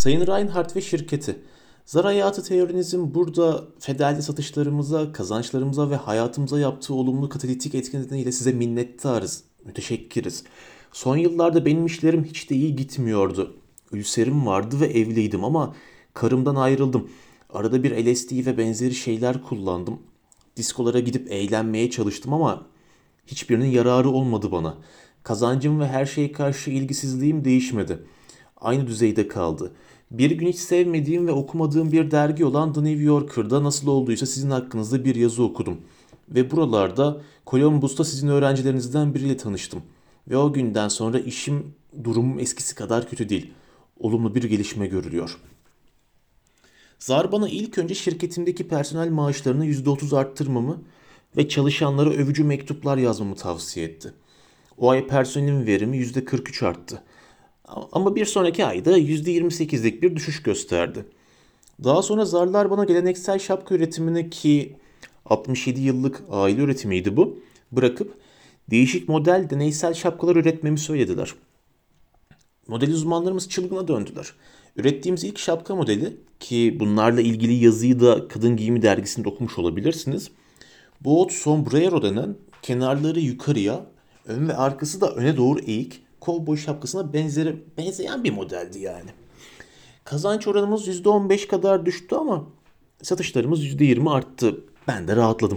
Sayın Reinhardt ve şirketi. Zar hayatı teorinizin burada fedaili satışlarımıza, kazançlarımıza ve hayatımıza yaptığı olumlu katalitik etki nedeniyle size minnettarız, müteşekkiriz. Son yıllarda benim işlerim hiç de iyi gitmiyordu. Ülserim vardı ve evliydim ama karımdan ayrıldım. Arada bir LSD ve benzeri şeyler kullandım. Diskolara gidip eğlenmeye çalıştım ama hiçbirinin yararı olmadı bana. Kazancım ve her şeye karşı ilgisizliğim değişmedi. Aynı düzeyde kaldı. Bir gün hiç sevmediğim ve okumadığım bir dergi olan The New Yorker'da nasıl olduysa sizin hakkınızda bir yazı okudum. Ve buralarda Columbus'ta sizin öğrencilerinizden biriyle tanıştım. Ve o günden sonra durumum eskisi kadar kötü değil. Olumlu bir gelişme görülüyor. Zar bana ilk önce şirketimdeki personel maaşlarını %30 arttırmamı ve çalışanlara övücü mektuplar yazmamı tavsiye etti. O ay personelin verimi %43 arttı. Ama bir sonraki ayda %28'lik bir düşüş gösterdi. Daha sonra zarlar bana geleneksel şapka üretimini ki 67 yıllık aile üretimiydi bu, bırakıp değişik model deneysel şapkalar üretmemi söylediler. Model uzmanlarımız çılgına döndüler. Ürettiğimiz ilk şapka modeli ki bunlarla ilgili yazıyı da Kadın Giyimi dergisinde okumuş olabilirsiniz. Boat sombrero denen kenarları yukarıya, ön ve arkası da öne doğru eğik, kovboy şapkasına benzeyen bir modeldi yani. Kazanç oranımız %15 kadar düştü ama satışlarımız %20 arttı. Ben de rahatladım.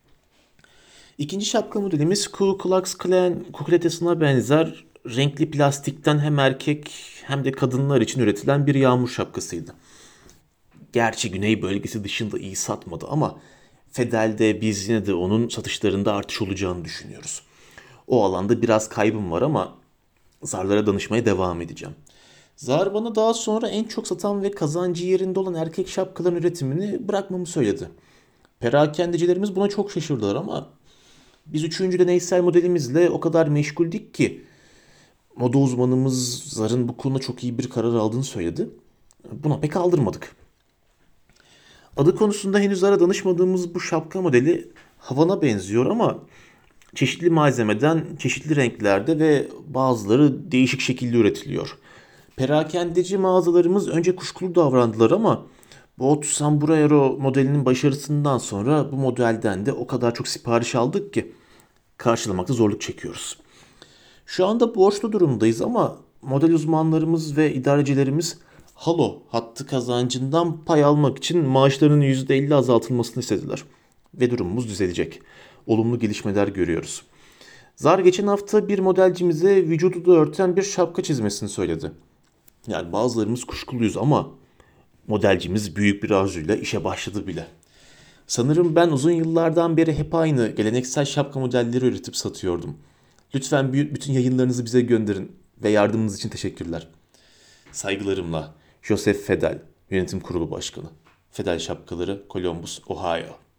İkinci şapka modelimiz Ku Klux Klan kukletesine benzer renkli plastikten hem erkek hem de kadınlar için üretilen bir yağmur şapkasıydı. Gerçi güney bölgesi dışında iyi satmadı ama Fedel'de biz yine de onun satışlarında artış olacağını düşünüyoruz. O alanda biraz kaybım var ama zarlara danışmaya devam edeceğim. Zar bana daha sonra en çok satan ve kazancı yerinde olan erkek şapkaların üretimini bırakmamı söyledi. Perakendecilerimiz buna çok şaşırdılar ama biz üçüncü deneysel modelimizle o kadar meşguldük ki moda uzmanımız Zar'ın bu konuda çok iyi bir karar aldığını söyledi. Buna pek aldırmadık. Adı konusunda henüz Zar'a danışmadığımız bu şapka modeli Havan'a benziyor ama çeşitli malzemeden, çeşitli renklerde ve bazıları değişik şekilde üretiliyor. Perakendeci mağazalarımız önce kuşkulu davrandılar ama Boat Sombrero modelinin başarısından sonra bu modelden de o kadar çok sipariş aldık ki karşılamakta zorluk çekiyoruz. Şu anda borçlu durumdayız ama model uzmanlarımız ve idarecilerimiz Halo hattı kazancından pay almak için maaşlarının %50 azaltılmasını istediler. Ve durumumuz düzelecek. Olumlu gelişmeler görüyoruz. Zar geçen hafta bir modelcimize vücudu da örten bir şapka çizmesini söyledi. Yani bazılarımız kuşkuluyuz ama modelcimiz büyük bir arzuyla işe başladı bile. Sanırım ben uzun yıllardan beri hep aynı geleneksel şapka modelleri üretip satıyordum. Lütfen bütün yayınlarınızı bize gönderin ve yardımınız için teşekkürler. Saygılarımla Joseph Fedel, Yönetim Kurulu Başkanı. Fedel Şapkaları, Columbus, Ohio.